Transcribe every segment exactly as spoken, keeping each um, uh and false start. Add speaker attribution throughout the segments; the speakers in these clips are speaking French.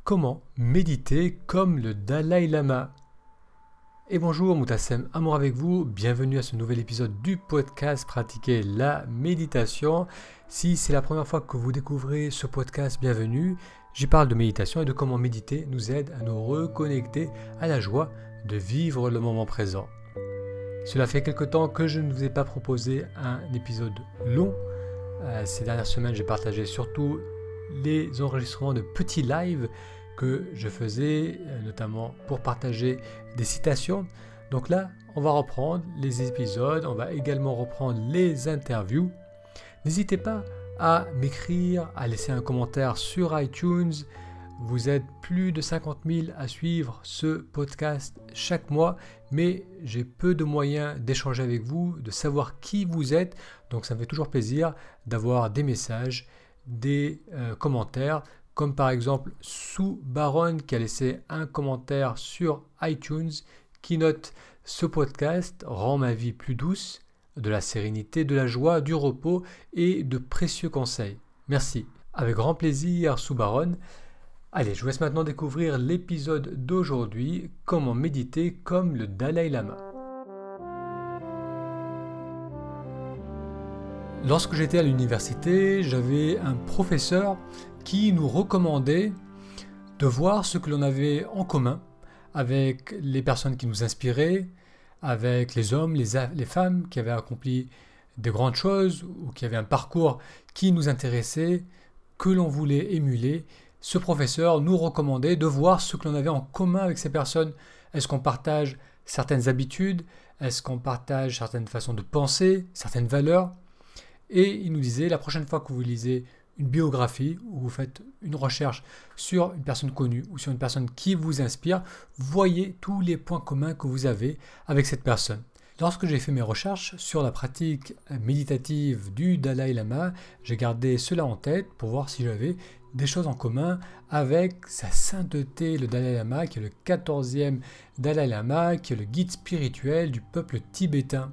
Speaker 1: Comment méditer comme le Dalai Lama? Et bonjour, Moutassem Amour avec vous, bienvenue à ce nouvel épisode du podcast Pratiquer la méditation. Si c'est la première fois que vous découvrez ce podcast, bienvenue. J'y parle de méditation et de comment méditer nous aide à nous reconnecter à la joie de vivre le moment présent. Cela fait quelque temps que je ne vous ai pas proposé un épisode long. Euh, ces dernières semaines, j'ai partagé surtout les enregistrements de petits lives que je faisais, notamment pour partager des citations. Donc là, on va reprendre les épisodes, on va également reprendre les interviews. N'hésitez pas à m'écrire, à laisser un commentaire sur iTunes. Vous êtes plus de cinquante mille à suivre ce podcast chaque mois, mais j'ai peu de moyens d'échanger avec vous, de savoir qui vous êtes. Donc ça me fait toujours plaisir d'avoir des messages, des euh, commentaires, comme par exemple Sue Baron qui a laissé un commentaire sur iTunes qui note: ce podcast rend ma vie plus douce, de la sérénité, de la joie, du repos et de précieux conseils. Merci. Avec grand plaisir, Sue Baron. Allez, je vous laisse maintenant découvrir l'épisode d'aujourd'hui, comment méditer comme le Dalai Lama. Lorsque j'étais à l'université, j'avais un professeur qui nous recommandait de voir ce que l'on avait en commun avec les personnes qui nous inspiraient, avec les hommes, les, les femmes qui avaient accompli de grandes choses ou qui avaient un parcours qui nous intéressait, que l'on voulait émuler. Ce professeur nous recommandait de voir ce que l'on avait en commun avec ces personnes. Est-ce qu'on partage certaines habitudes? Est-ce qu'on partage certaines façons de penser, certaines valeurs? Et il nous disait, la prochaine fois que vous lisez une biographie ou vous faites une recherche sur une personne connue ou sur une personne qui vous inspire, voyez tous les points communs que vous avez avec cette personne. Lorsque j'ai fait mes recherches sur la pratique méditative du Dalai Lama, j'ai gardé cela en tête pour voir si j'avais des choses en commun avec sa sainteté, le Dalai Lama, qui est le quatorzième Dalai Lama, qui est le guide spirituel du peuple tibétain.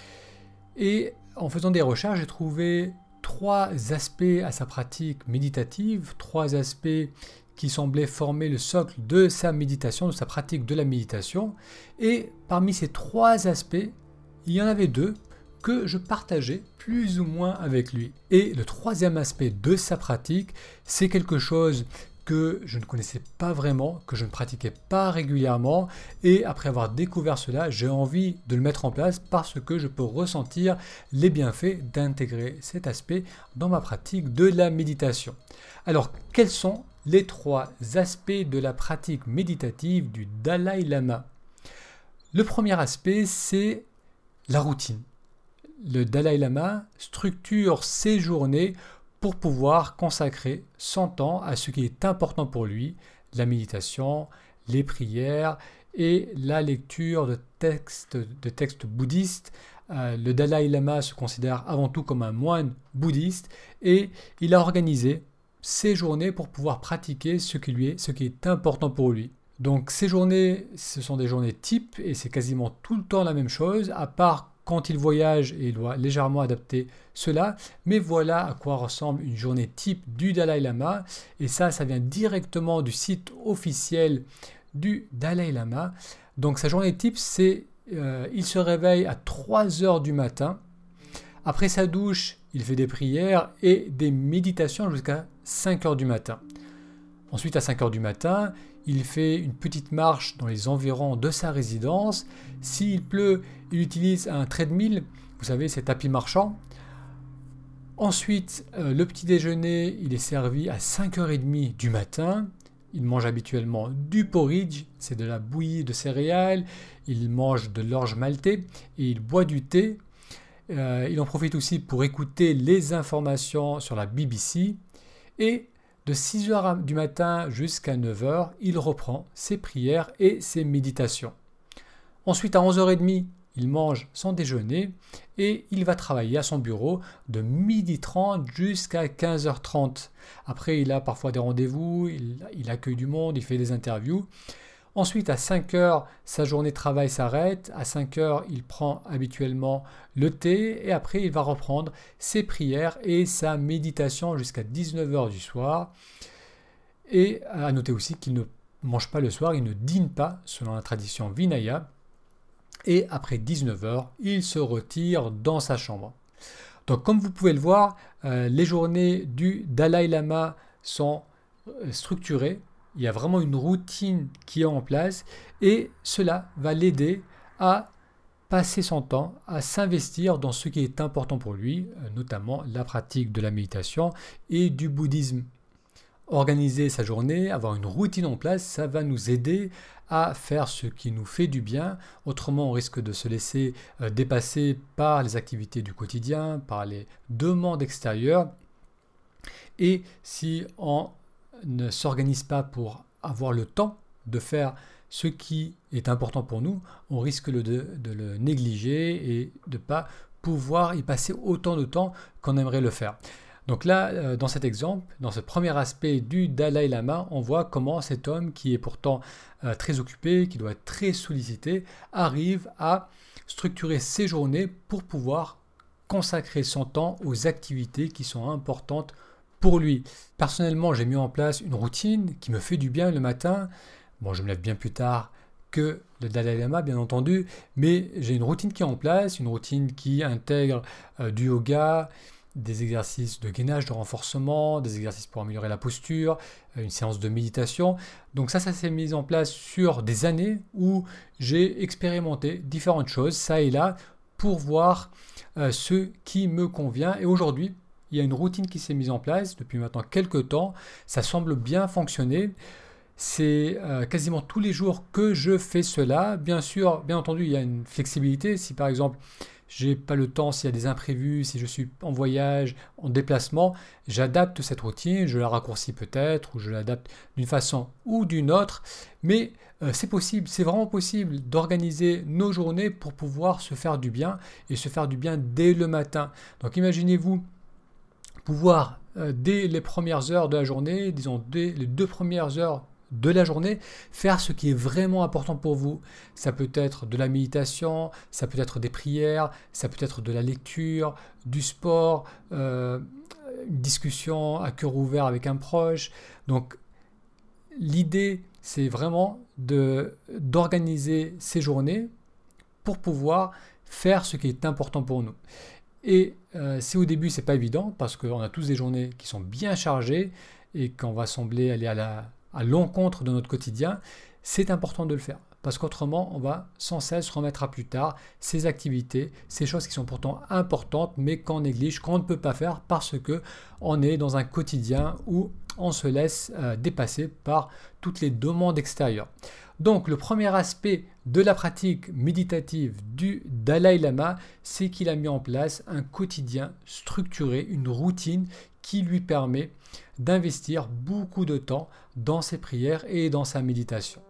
Speaker 1: Et en faisant des recherches, j'ai trouvé trois aspects à sa pratique méditative, trois aspects qui semblaient former le socle de sa méditation, de sa pratique de la méditation. Et parmi ces trois aspects, il y en avait deux que je partageais plus ou moins avec lui. Et le troisième aspect de sa pratique, c'est quelque chose que je ne connaissais pas vraiment, que je ne pratiquais pas régulièrement, et après avoir découvert cela, j'ai envie de le mettre en place parce que je peux ressentir les bienfaits d'intégrer cet aspect dans ma pratique de la méditation. Alors, quels sont les trois aspects de la pratique méditative du Dalai Lama? Le premier aspect, c'est la routine. Le Dalai Lama structure ses journées pour pouvoir consacrer son temps à ce qui est important pour lui, la méditation, les prières et la lecture de textes, de textes bouddhistes. Euh, le Dalai Lama se considère avant tout comme un moine bouddhiste et il a organisé ses journées pour pouvoir pratiquer ce qui lui est, ce qui est important pour lui. Donc ces journées, ce sont des journées types et c'est quasiment tout le temps la même chose, à part quand il voyage et il doit légèrement adapter cela, mais voilà à quoi ressemble une journée type du Dalai Lama, et ça, ça vient directement du site officiel du Dalai Lama. Donc sa journée type, c'est euh, il se réveille à trois heures du matin, après sa douche, il fait des prières et des méditations jusqu'à cinq heures du matin. Ensuite, à cinq heures du matin, il fait une petite marche dans les environs de sa résidence. S'il pleut, il utilise un treadmill, vous savez, ces tapis marchants. Ensuite, euh, le petit déjeuner, il est servi à cinq heures trente du matin. Il mange habituellement du porridge, c'est de la bouillie de céréales. Il mange de l'orge maltais et il boit du thé. Euh, il en profite aussi pour écouter les informations sur la B B C. Et de six heures du matin jusqu'à neuf heures, il reprend ses prières et ses méditations. Ensuite, à onze heures trente, il mange son déjeuner et il va travailler à son bureau de midi trente jusqu'à quinze heures trente. Après, il a parfois des rendez-vous, il, il accueille du monde, il fait des interviews. Ensuite, à cinq heures, sa journée de travail s'arrête. À cinq heures, il prend habituellement le thé et après, il va reprendre ses prières et sa méditation jusqu'à dix-neuf heures du soir. Et à noter aussi qu'il ne mange pas le soir, il ne dîne pas selon la tradition Vinaya. Et après dix-neuf heures, il se retire dans sa chambre. Donc comme vous pouvez le voir, euh, les journées du Dalai Lama sont euh, structurées. Il y a vraiment une routine qui est en place et cela va l'aider à passer son temps à s'investir dans ce qui est important pour lui, notamment la pratique de la méditation et du bouddhisme. Organiser sa journée, avoir une routine en place, ça va nous aider à faire ce qui nous fait du bien. Autrement, on risque de se laisser euh, dépasser par les activités du quotidien, par les demandes extérieures. Et si on ne s'organise pas pour avoir le temps de faire ce qui est important pour nous, on risque de, de le négliger et de ne pas pouvoir y passer autant de temps qu'on aimerait le faire. Donc là, dans cet exemple, dans ce premier aspect du Dalai Lama, on voit comment cet homme qui est pourtant très occupé, qui doit être très sollicité, arrive à structurer ses journées pour pouvoir consacrer son temps aux activités qui sont importantes pour lui. Personnellement, j'ai mis en place une routine qui me fait du bien le matin. Bon, je me lève bien plus tard que le Dalai Lama, bien entendu, mais j'ai une routine qui est en place, une routine qui intègre euh, du yoga, des exercices de gainage, de renforcement, des exercices pour améliorer la posture, euh, une séance de méditation. Donc ça, ça s'est mis en place sur des années où j'ai expérimenté différentes choses, ça et là, pour voir euh, ce qui me convient. Et aujourd'hui, il y a une routine qui s'est mise en place depuis maintenant quelques temps. Ça semble bien fonctionner. C'est euh, quasiment tous les jours que je fais cela. Bien sûr, bien entendu, il y a une flexibilité. Si par exemple, j'ai pas le temps, s'il y a des imprévus, si je suis en voyage, en déplacement, j'adapte cette routine, je la raccourcis peut-être, ou je l'adapte d'une façon ou d'une autre. Mais euh, c'est possible, c'est vraiment possible d'organiser nos journées pour pouvoir se faire du bien et se faire du bien dès le matin. Donc imaginez-vous pouvoir, euh, dès les premières heures de la journée, disons dès les deux premières heures de la journée, faire ce qui est vraiment important pour vous. Ça peut être de la méditation, ça peut être des prières, ça peut être de la lecture, du sport, euh, une discussion à cœur ouvert avec un proche. Donc l'idée, c'est vraiment de, d'organiser ces journées pour pouvoir faire ce qui est important pour nous. Et euh, si au début, c'est pas évident, parce qu'on a tous des journées qui sont bien chargées et qu'on va sembler aller à la à l'encontre de notre quotidien, c'est important de le faire. Parce qu'autrement, on va sans cesse remettre à plus tard ces activités, ces choses qui sont pourtant importantes, mais qu'on néglige, qu'on ne peut pas faire parce qu'on est dans un quotidien où on se laisse euh, dépasser par toutes les demandes extérieures. Donc, le premier aspect de la pratique méditative du Dalai Lama, c'est qu'il a mis en place un quotidien structuré, une routine qui lui permet d'investir beaucoup de temps dans ses prières et dans sa méditation.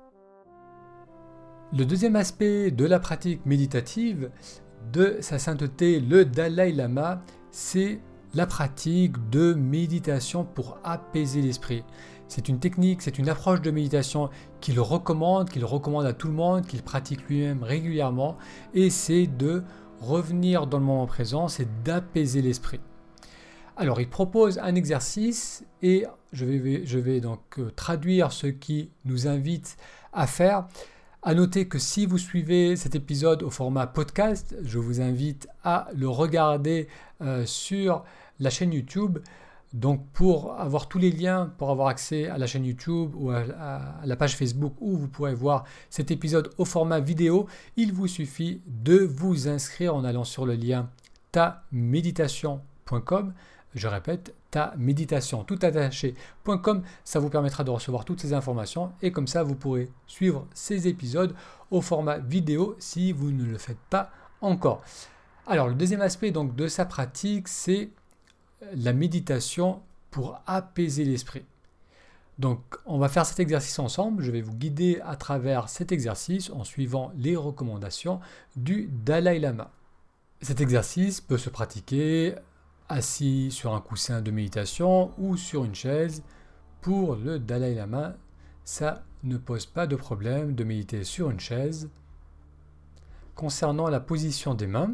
Speaker 1: Le deuxième aspect de la pratique méditative de sa sainteté, le Dalai Lama, c'est la pratique de méditation pour apaiser l'esprit. C'est une technique, c'est une approche de méditation qu'il recommande, qu'il recommande à tout le monde, qu'il pratique lui-même régulièrement, et c'est de revenir dans le moment présent, c'est d'apaiser l'esprit. Alors, il propose un exercice et je vais, je vais donc euh, traduire ce qui nous invite à faire. À noter que si vous suivez cet épisode au format podcast, je vous invite à le regarder euh, sur la chaîne YouTube. Donc, pour avoir tous les liens, pour avoir accès à la chaîne YouTube ou à, à la page Facebook où vous pourrez voir cet épisode au format vidéo, il vous suffit de vous inscrire en allant sur le lien ta méditation point com. Je répète, ta méditation tout attaché point com, ça vous permettra de recevoir toutes ces informations et comme ça vous pourrez suivre ces épisodes au format vidéo si vous ne le faites pas encore. Alors le deuxième aspect donc de sa pratique, c'est la méditation pour apaiser l'esprit. Donc on va faire cet exercice ensemble, je vais vous guider à travers cet exercice en suivant les recommandations du Dalai Lama. Cet exercice peut se pratiquer assis sur un coussin de méditation ou sur une chaise. Pour le Dalai Lama, ça ne pose pas de problème de méditer sur une chaise. Concernant la position des mains,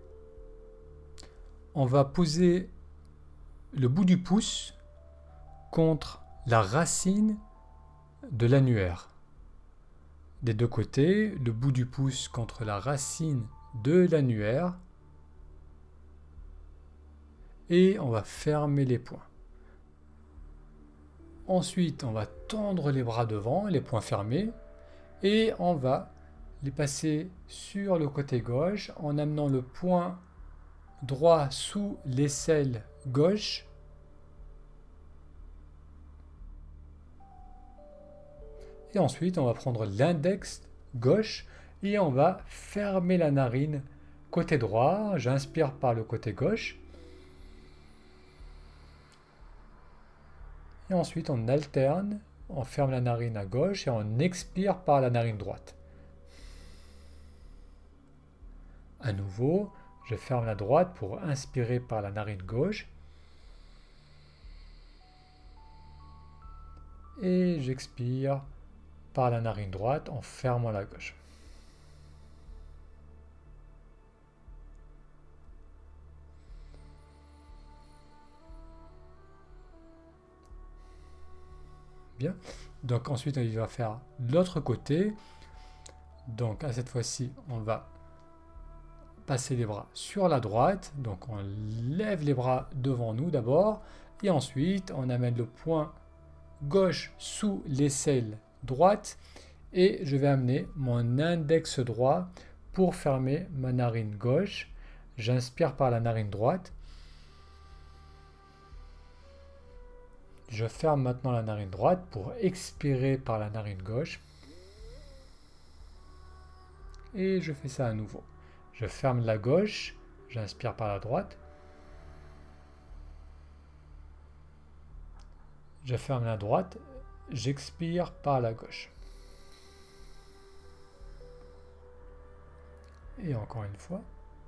Speaker 1: on va poser le bout du pouce contre la racine de l'annulaire. Des deux côtés, le bout du pouce contre la racine de l'annulaire. Et on va fermer les poings. Ensuite, on va tendre les bras devant, les poings fermés. Et on va les passer sur le côté gauche en amenant le poing droit sous l'aisselle gauche. Et ensuite, on va prendre l'index gauche et on va fermer la narine côté droit. J'inspire par le côté gauche. Et ensuite, on alterne. On ferme la narine à gauche et on expire par la narine droite. À nouveau, je ferme la droite pour inspirer par la narine gauche. Et j'expire par la narine droite en fermant la gauche. Bien. Donc ensuite, on va faire l'autre côté. Donc à cette fois-ci, on va passer les bras sur la droite. Donc on lève les bras devant nous d'abord. Et ensuite, on amène le poing gauche sous l'aisselle droite. Et je vais amener mon index droit pour fermer ma narine gauche. J'inspire par la narine droite. Je ferme maintenant la narine droite pour expirer par la narine gauche. Et je fais ça à nouveau. Je ferme la gauche, j'inspire par la droite. Je ferme la droite, j'expire par la gauche. Et encore une fois.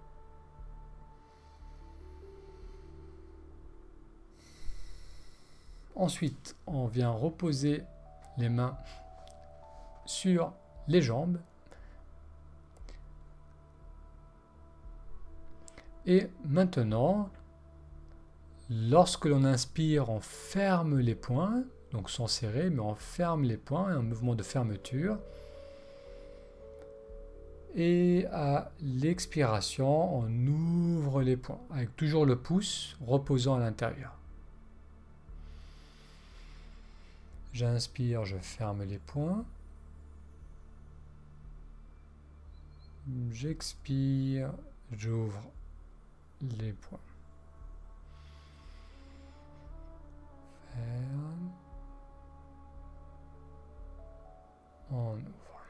Speaker 1: Ensuite, on vient reposer les mains sur les jambes. Et maintenant, lorsque l'on inspire, on ferme les poings, donc sans serrer, mais on ferme les poings, un mouvement de fermeture. Et à l'expiration, on ouvre les poings, avec toujours le pouce reposant à l'intérieur. J'inspire, je ferme les poings. J'expire, j'ouvre les poings. Ferme. On ouvre.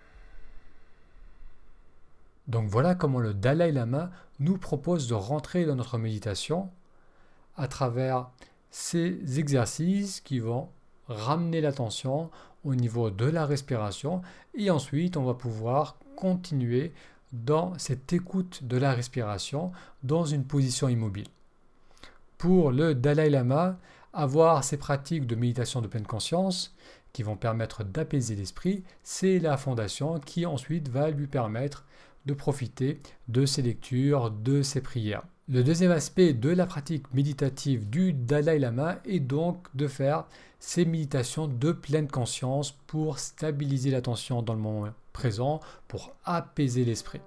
Speaker 1: Donc voilà comment le Dalai Lama nous propose de rentrer dans notre méditation à travers ces exercices qui vont ramener l'attention au niveau de la respiration et ensuite on va pouvoir continuer dans cette écoute de la respiration dans une position immobile. Pour le Dalai Lama, avoir ces pratiques de méditation de pleine conscience qui vont permettre d'apaiser l'esprit, c'est la fondation qui ensuite va lui permettre de profiter de ses lectures, de ses prières. Le deuxième aspect de la pratique méditative du Dalai Lama est donc de faire ces méditations de pleine conscience pour stabiliser l'attention dans le moment présent, pour apaiser l'esprit.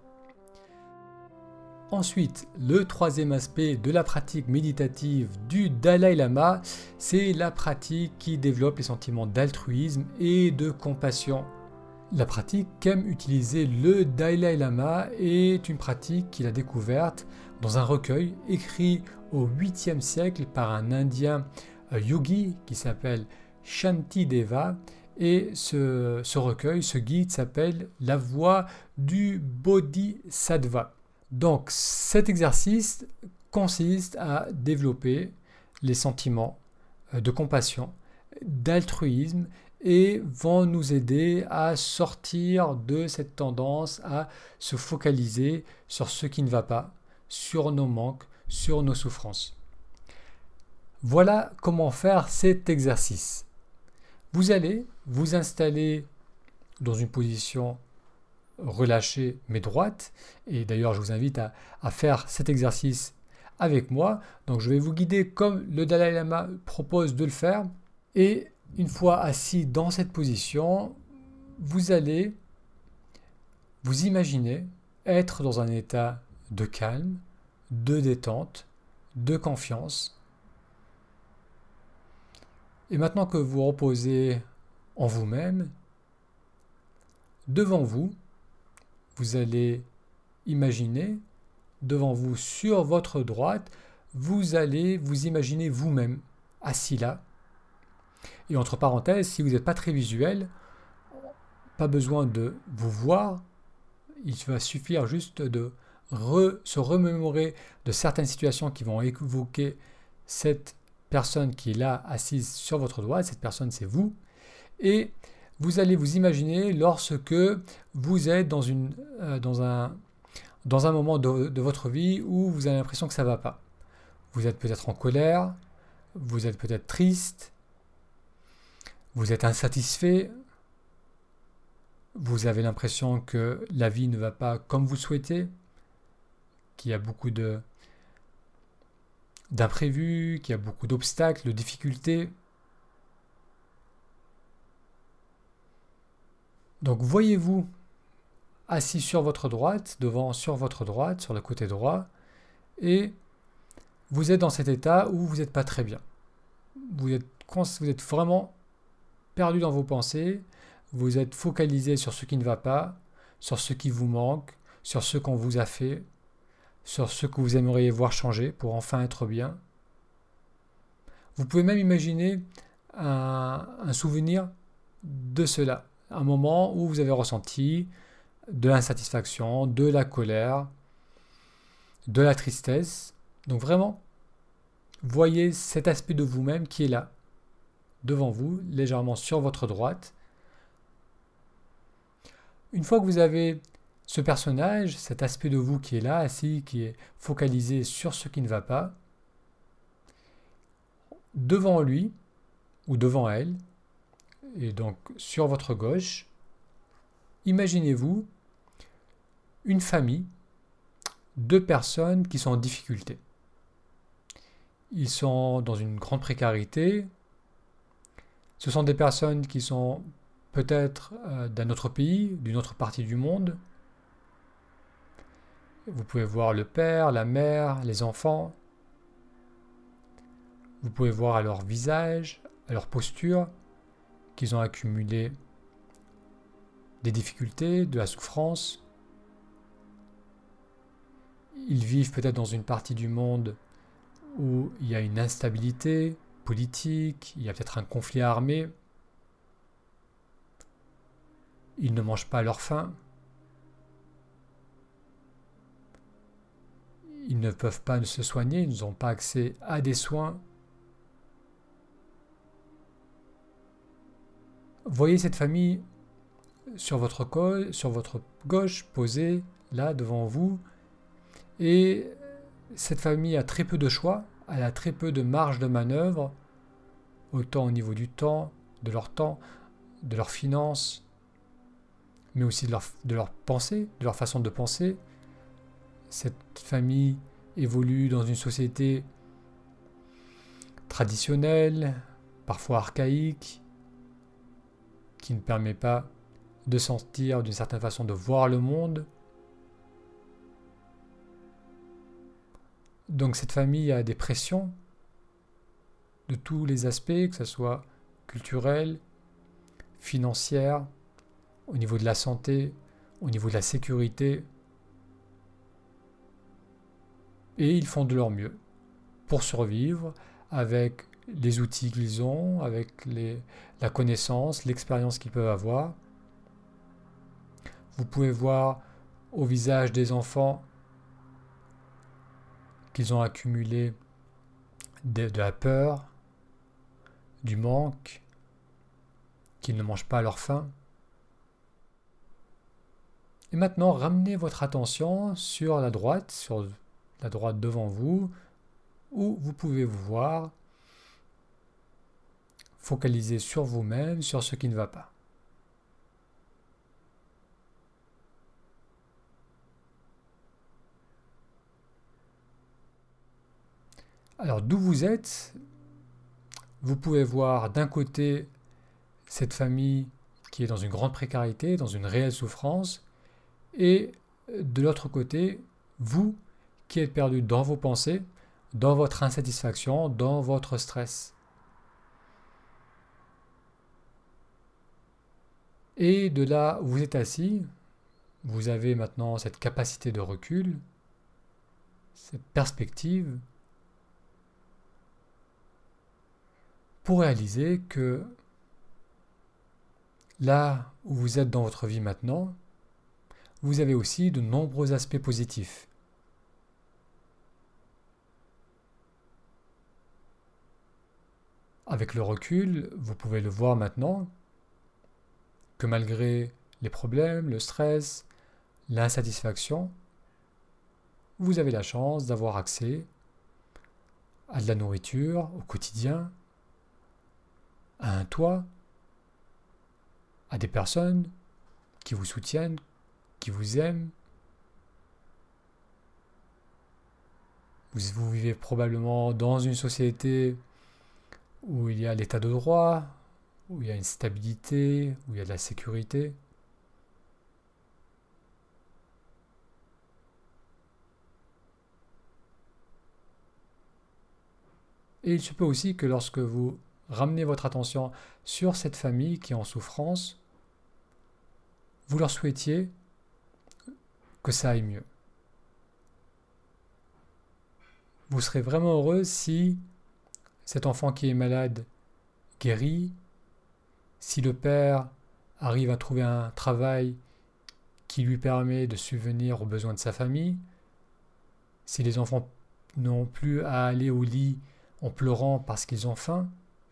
Speaker 1: Ensuite, le troisième aspect de la pratique méditative du Dalai Lama, c'est la pratique qui développe les sentiments d'altruisme et de compassion. La pratique qu'aime utiliser le Dalai Lama est une pratique qu'il a découverte dans un recueil écrit au huitième siècle par un Indien yogi qui s'appelle Shantideva. Et ce, ce recueil, ce guide s'appelle La Voie du Bodhisattva. Donc cet exercice consiste à développer les sentiments de compassion, d'altruisme et vont nous aider à sortir de cette tendance à se focaliser sur ce qui ne va pas, sur nos manques, sur nos souffrances. Voilà comment faire cet exercice. Vous allez vous installer dans une position relâchée mais droite. Et d'ailleurs, je vous invite à, à faire cet exercice avec moi. Donc, je vais vous guider comme le Dalai Lama propose de le faire. Et une fois assis dans cette position, vous allez vous imaginer être dans un état de calme, de détente, de confiance. Et maintenant que vous reposez en vous-même, devant vous, vous allez imaginer, devant vous sur votre droite, vous allez vous imaginer vous-même assis là. Et entre parenthèses, si vous n'êtes pas très visuel, pas besoin de vous voir, il va suffire juste de re, se remémorer de certaines situations qui vont évoquer cette personne qui est là assise sur votre droite. Cette personne, c'est vous. Et vous allez vous imaginer lorsque vous êtes dans, une, euh, dans, un, dans un moment de, de votre vie où vous avez l'impression que ça ne va pas. Vous êtes peut-être en colère, vous êtes peut-être triste, vous êtes insatisfait, vous avez l'impression que la vie ne va pas comme vous souhaitez, qu'il y a beaucoup de, d'imprévus, qu'il y a beaucoup d'obstacles, de difficultés. Donc voyez-vous assis sur votre droite, devant sur votre droite, sur le côté droit, et vous êtes dans cet état où vous n'êtes pas très bien. Vous êtes, vous êtes vraiment perdu dans vos pensées, vous êtes focalisé sur ce qui ne va pas, sur ce qui vous manque, sur ce qu'on vous a fait, sur ce que vous aimeriez voir changer pour enfin être bien. Vous pouvez même imaginer un, un souvenir de cela, un moment où vous avez ressenti de l'insatisfaction, de la colère, de la tristesse. Donc vraiment, voyez cet aspect de vous-même qui est là, devant vous, légèrement sur votre droite. Une fois que vous avez ce personnage, cet aspect de vous qui est là, assis, qui est focalisé sur ce qui ne va pas, devant lui ou devant elle, et donc sur votre gauche, imaginez-vous une famille, deux personnes qui sont en difficulté. Ils sont dans une grande précarité. Ce sont des personnes qui sont peut-être euh, d'un autre pays, d'une autre partie du monde. Vous pouvez voir le père, la mère, les enfants. Vous pouvez voir à leur visage, à leur posture, qu'ils ont accumulé des difficultés, de la souffrance. Ils vivent peut-être dans une partie du monde où il y a une instabilité politique, il y a peut-être un conflit armé. Ils ne mangent pas à leur faim. Ils ne peuvent pas se soigner, ils n'ont pas accès à des soins. Voyez cette famille sur votre, col, sur votre gauche, posée là devant vous. Et cette famille a très peu de choix, elle a très peu de marge de manœuvre, autant au niveau du temps, de leur temps, de leurs finances, mais aussi de leur, de leur pensée, de leur façon de penser. Cette famille évolue dans une société traditionnelle, parfois archaïque, qui ne permet pas de sentir d'une certaine façon de voir le monde. Donc cette famille a des pressions de tous les aspects, que ce soit culturel, financière, au niveau de la santé, au niveau de la sécurité. Et ils font de leur mieux pour survivre avec les outils qu'ils ont, avec les, la connaissance, l'expérience qu'ils peuvent avoir. Vous pouvez voir au visage des enfants qu'ils ont accumulé de, de la peur, du manque, qu'ils ne mangent pas à leur faim. Et maintenant, ramenez votre attention sur la droite, sur la droite devant vous, où vous pouvez vous voir, focaliser sur vous-même, sur ce qui ne va pas. Alors, d'où vous êtes, vous pouvez voir d'un côté cette famille qui est dans une grande précarité, dans une réelle souffrance, et de l'autre côté, vous qui êtes perdu dans vos pensées, dans votre insatisfaction, dans votre stress. Et de là où vous êtes assis, vous avez maintenant cette capacité de recul, cette perspective, pour réaliser que là où vous êtes dans votre vie maintenant, vous avez aussi de nombreux aspects positifs. Avec le recul, vous pouvez le voir maintenant, que malgré les problèmes, le stress, l'insatisfaction, vous avez la chance d'avoir accès à de la nourriture au quotidien, à un toit, à des personnes qui vous soutiennent, qui vous aiment. Vous, vous vivez probablement dans une société où il y a l'état de droit, où il y a une stabilité, où il y a de la sécurité. Et il se peut aussi que lorsque vous ramenez votre attention sur cette famille qui est en souffrance, vous leur souhaitiez que ça aille mieux. Vous serez vraiment heureux si cet enfant qui est malade guérit, si le père arrive à trouver un travail qui lui permet de subvenir aux besoins de sa famille, si les enfants n'ont plus à aller au lit en pleurant parce qu'ils ont faim.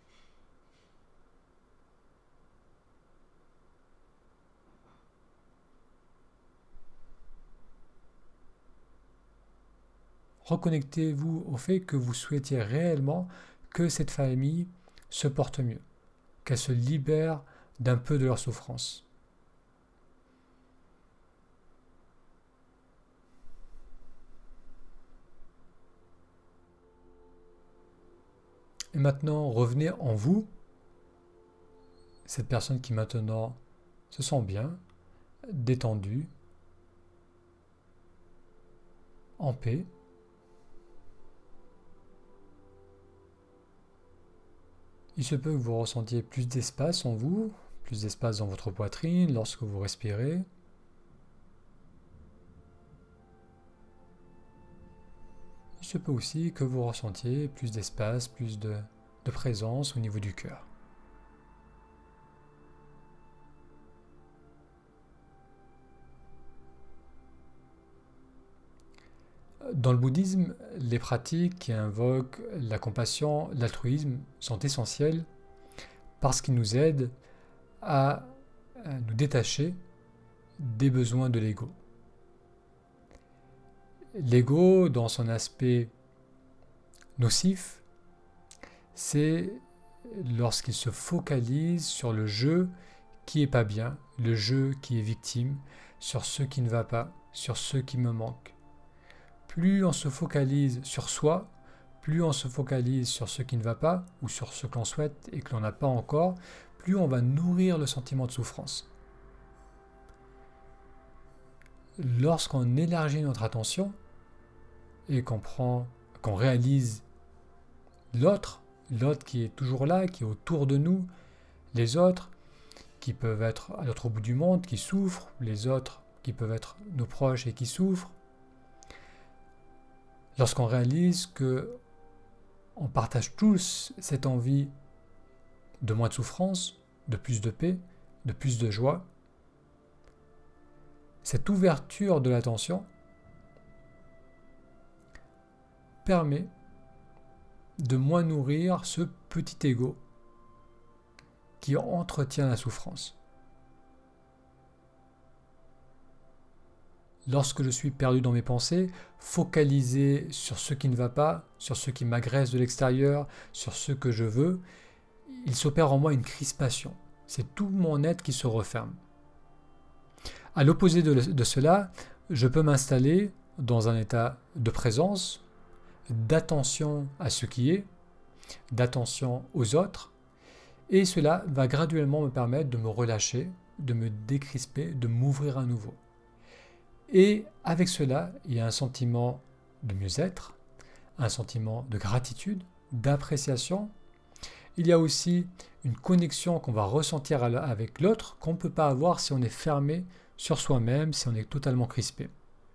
Speaker 1: Reconnectez-vous au fait que vous souhaitiez réellement que cette famille se porte mieux, qu'elle se libère d'un peu de leur souffrance. Et maintenant, revenez en vous, cette personne qui maintenant se sent bien, détendue, en paix. Il se peut que vous ressentiez plus d'espace en vous, plus d'espace dans votre poitrine lorsque vous respirez. Il se peut aussi que vous ressentiez plus d'espace, plus de, de présence au niveau du cœur. Dans le bouddhisme, les pratiques qui invoquent la compassion, l'altruisme sont essentielles parce qu'ils nous aident à nous détacher des besoins de l'ego. L'ego, dans son aspect nocif, c'est lorsqu'il se focalise sur le je qui n'est pas bien, le je qui est victime, sur ce qui ne va pas, sur ce qui me manque. Plus on se focalise sur soi, plus on se focalise sur ce qui ne va pas ou sur ce que l'on souhaite et que l'on n'a pas encore, plus on va nourrir le sentiment de souffrance. Lorsqu'on élargit notre attention et qu'on prend, qu'on réalise l'autre, l'autre qui est toujours là, qui est autour de nous, les autres qui peuvent être à l'autre bout du monde, qui souffrent, les autres qui peuvent être nos proches et qui souffrent, lorsqu'on réalise que on partage tous cette envie de moins de souffrance, de plus de paix, de plus de joie, cette ouverture de l'attention permet de moins nourrir ce petit ego qui entretient la souffrance. Lorsque je suis perdu dans mes pensées, focalisé sur ce qui ne va pas, sur ce qui m'agresse de l'extérieur, sur ce que je veux, il s'opère en moi une crispation. C'est tout mon être qui se referme. À l'opposé de, de cela, je peux m'installer dans un état de présence, d'attention à ce qui est, d'attention aux autres. Et cela va graduellement me permettre de me relâcher, de me décrisper, de m'ouvrir à nouveau. Et avec cela, il y a un sentiment de mieux-être, un sentiment de gratitude, d'appréciation. Il y a aussi une connexion qu'on va ressentir avec l'autre qu'on ne peut pas avoir si on est fermé sur soi-même, si on est totalement crispé.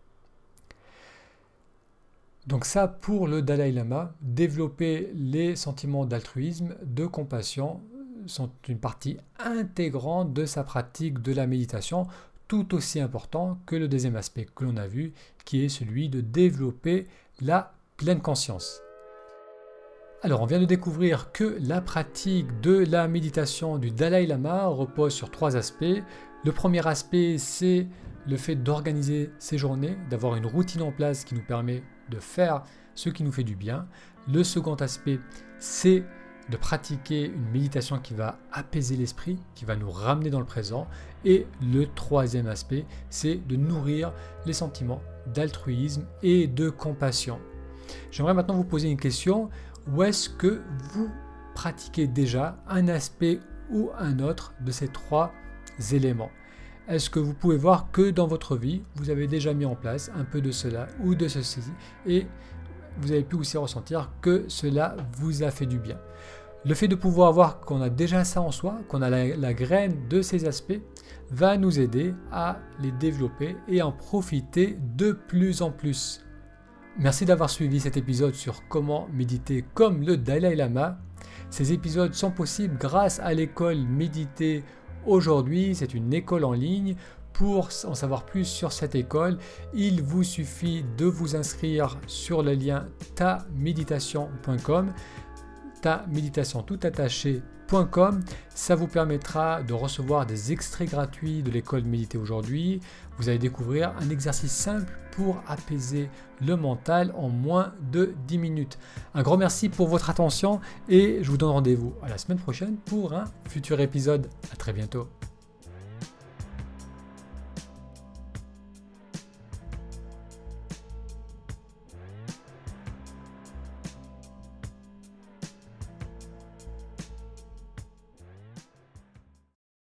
Speaker 1: Donc ça, pour le Dalai Lama, développer les sentiments d'altruisme, de compassion, sont une partie intégrante de sa pratique de la méditation, tout aussi important que le deuxième aspect que l'on a vu, qui est celui de développer la pleine conscience. Alors, on vient de découvrir que la pratique de la méditation du Dalai Lama repose sur trois aspects. Le premier aspect, c'est le fait d'organiser ses journées, d'avoir une routine en place qui nous permet de faire ce qui nous fait du bien. Le second aspect, c'est de pratiquer une méditation qui va apaiser l'esprit, qui va nous ramener dans le présent. Et le troisième aspect, c'est de nourrir les sentiments d'altruisme et de compassion. J'aimerais maintenant vous poser une question. Où est-ce que vous pratiquez déjà un aspect ou un autre de ces trois éléments? Est-ce que vous pouvez voir que dans votre vie, vous avez déjà mis en place un peu de cela ou de ceci et vous avez pu aussi ressentir que cela vous a fait du bien? Le fait de pouvoir voir qu'on a déjà ça en soi, qu'on a la, la graine de ces aspects, va nous aider à les développer et en profiter de plus en plus. Merci d'avoir suivi cet épisode sur comment méditer comme le Dalai Lama. Ces épisodes sont possibles grâce à l'école Méditer aujourd'hui. C'est une école en ligne. Pour en savoir plus sur cette école, il vous suffit de vous inscrire sur le lien ta méditation point com. ta méditation tout attaché point com. Ça vous permettra de recevoir des extraits gratuits de l'école Méditer aujourd'hui. Vous allez découvrir un exercice simple pour apaiser le mental en moins de dix minutes. Un grand merci pour votre attention et je vous donne rendez-vous à la semaine prochaine pour un futur épisode. À très bientôt.